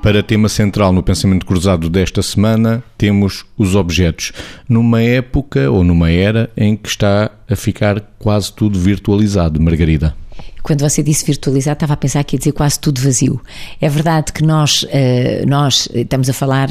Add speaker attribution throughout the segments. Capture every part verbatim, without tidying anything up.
Speaker 1: Para tema central no pensamento cruzado desta semana, temos os objetos, numa época ou numa era em que está a ficar quase tudo virtualizado, Margarida.
Speaker 2: Quando você disse virtualizar, estava a pensar que ia dizer quase tudo vazio. É verdade que nós, nós estamos a falar,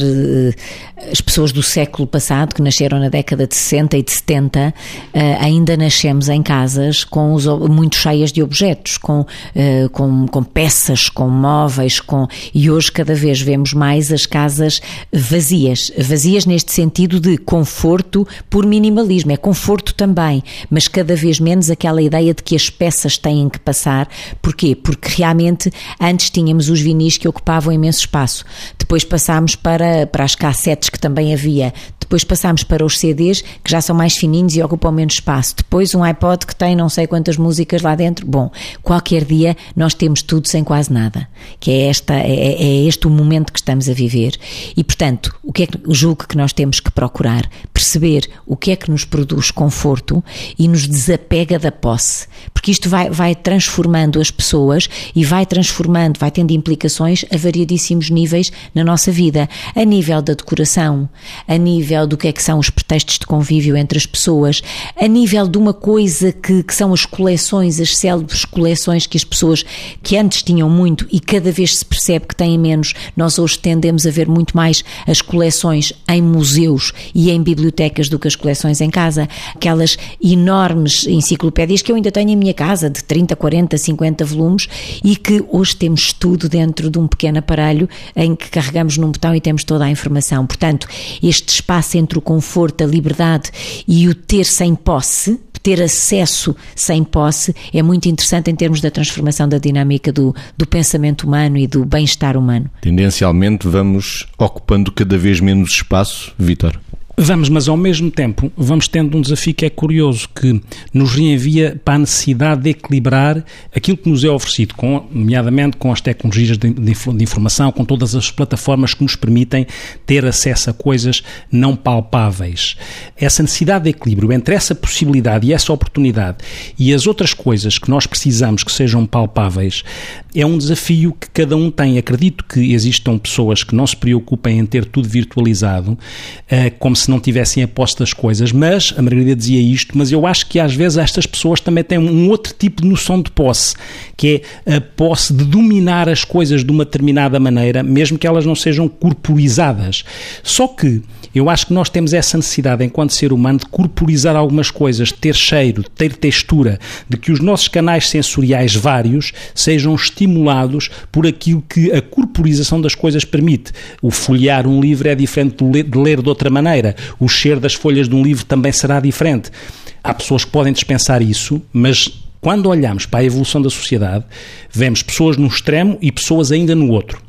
Speaker 2: as pessoas do século passado, que nasceram na década de sessenta e de setenta, ainda nascemos em casas com os, muito cheias de objetos, com, com, com peças, com móveis, com, e hoje cada vez vemos mais as casas vazias. Vazias neste sentido de conforto por minimalismo, é conforto também, mas cada vez menos aquela ideia de que as peças têm que passar. Porquê? Porque realmente antes tínhamos os vinis que ocupavam imenso espaço, depois passámos para, para as cassetes que também havia, depois passámos para os C Ds que já são mais fininhos e ocupam menos espaço, depois um iPod que tem não sei quantas músicas lá dentro. Bom, qualquer dia nós temos tudo sem quase nada, que é, esta, é, é este o momento que estamos a viver e, portanto, o que é que julgo que nós temos que procurar? Perceber o que é que nos produz conforto e nos desapega da posse, porque isto vai, vai transformando as pessoas e vai transformando, vai tendo implicações a variadíssimos níveis na nossa vida, a nível da decoração, a nível do que é que são os pretextos de convívio entre as pessoas, a nível de uma coisa que, que são as coleções, as célebres coleções que as pessoas que antes tinham muito e cada vez se percebe que têm menos. Nós hoje tendemos a ver muito mais as coleções em museus e em bibliotecas do que as coleções em casa, aquelas enormes enciclopédias que eu ainda tenho em minha casa, de trinta, quarenta, cinquenta volumes, e que hoje temos tudo dentro de um pequeno aparelho em que carregamos num botão e temos toda a informação. Portanto, este espaço entre o conforto, a liberdade e o ter sem posse, ter acesso sem posse, é muito interessante em termos da transformação da dinâmica do, do pensamento humano e do bem-estar humano.
Speaker 1: Tendencialmente vamos ocupando cada vez menos espaço, Vítor?
Speaker 3: Vamos, mas ao mesmo tempo vamos tendo um desafio que é curioso, que nos reenvia para a necessidade de equilibrar aquilo que nos é oferecido, com, nomeadamente com as tecnologias de, de, de informação, com todas as plataformas que nos permitem ter acesso a coisas não palpáveis. Essa necessidade de equilíbrio entre essa possibilidade e essa oportunidade e as outras coisas que nós precisamos que sejam palpáveis é um desafio que cada um tem. Acredito que existam pessoas que não se preocupem em ter tudo virtualizado, como se não tivessem a posse das coisas, mas, a Margarida dizia isto, mas eu acho que às vezes estas pessoas também têm um outro tipo de noção de posse, que é a posse de dominar as coisas de uma determinada maneira, mesmo que elas não sejam corporizadas. Só que eu acho que nós temos essa necessidade, enquanto ser humano, de corporizar algumas coisas, de ter cheiro, de ter textura, de que os nossos canais sensoriais vários sejam estimulados por aquilo que a corporização das coisas permite. O folhear um livro é diferente de ler de outra maneira. O cheiro das folhas de um livro também será diferente. Há pessoas que podem dispensar isso, mas quando olhamos para a evolução da sociedade, vemos pessoas num extremo e pessoas ainda no outro.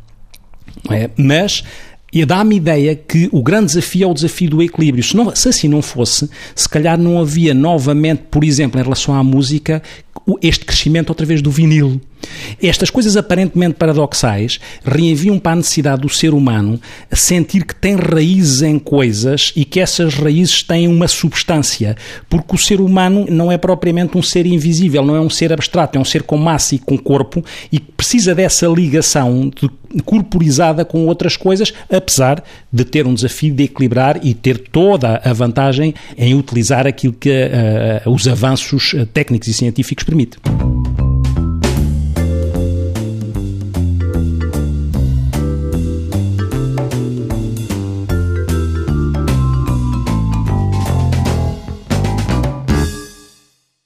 Speaker 3: É? Mas e dá-me ideia que o grande desafio é o desafio do equilíbrio. Se, não, se assim não fosse, se calhar não havia novamente, por exemplo, em relação à música, este crescimento outra vez do vinil. Estas coisas aparentemente paradoxais reenviam para a necessidade do ser humano a sentir que tem raízes em coisas e que essas raízes têm uma substância, porque o ser humano não é propriamente um ser invisível, não é um ser abstrato, é um ser com massa e com corpo e que precisa dessa ligação de, corporizada com outras coisas, apesar de ter um desafio de equilibrar e ter toda a vantagem em utilizar aquilo que uh, os avanços técnicos e científicos permitem.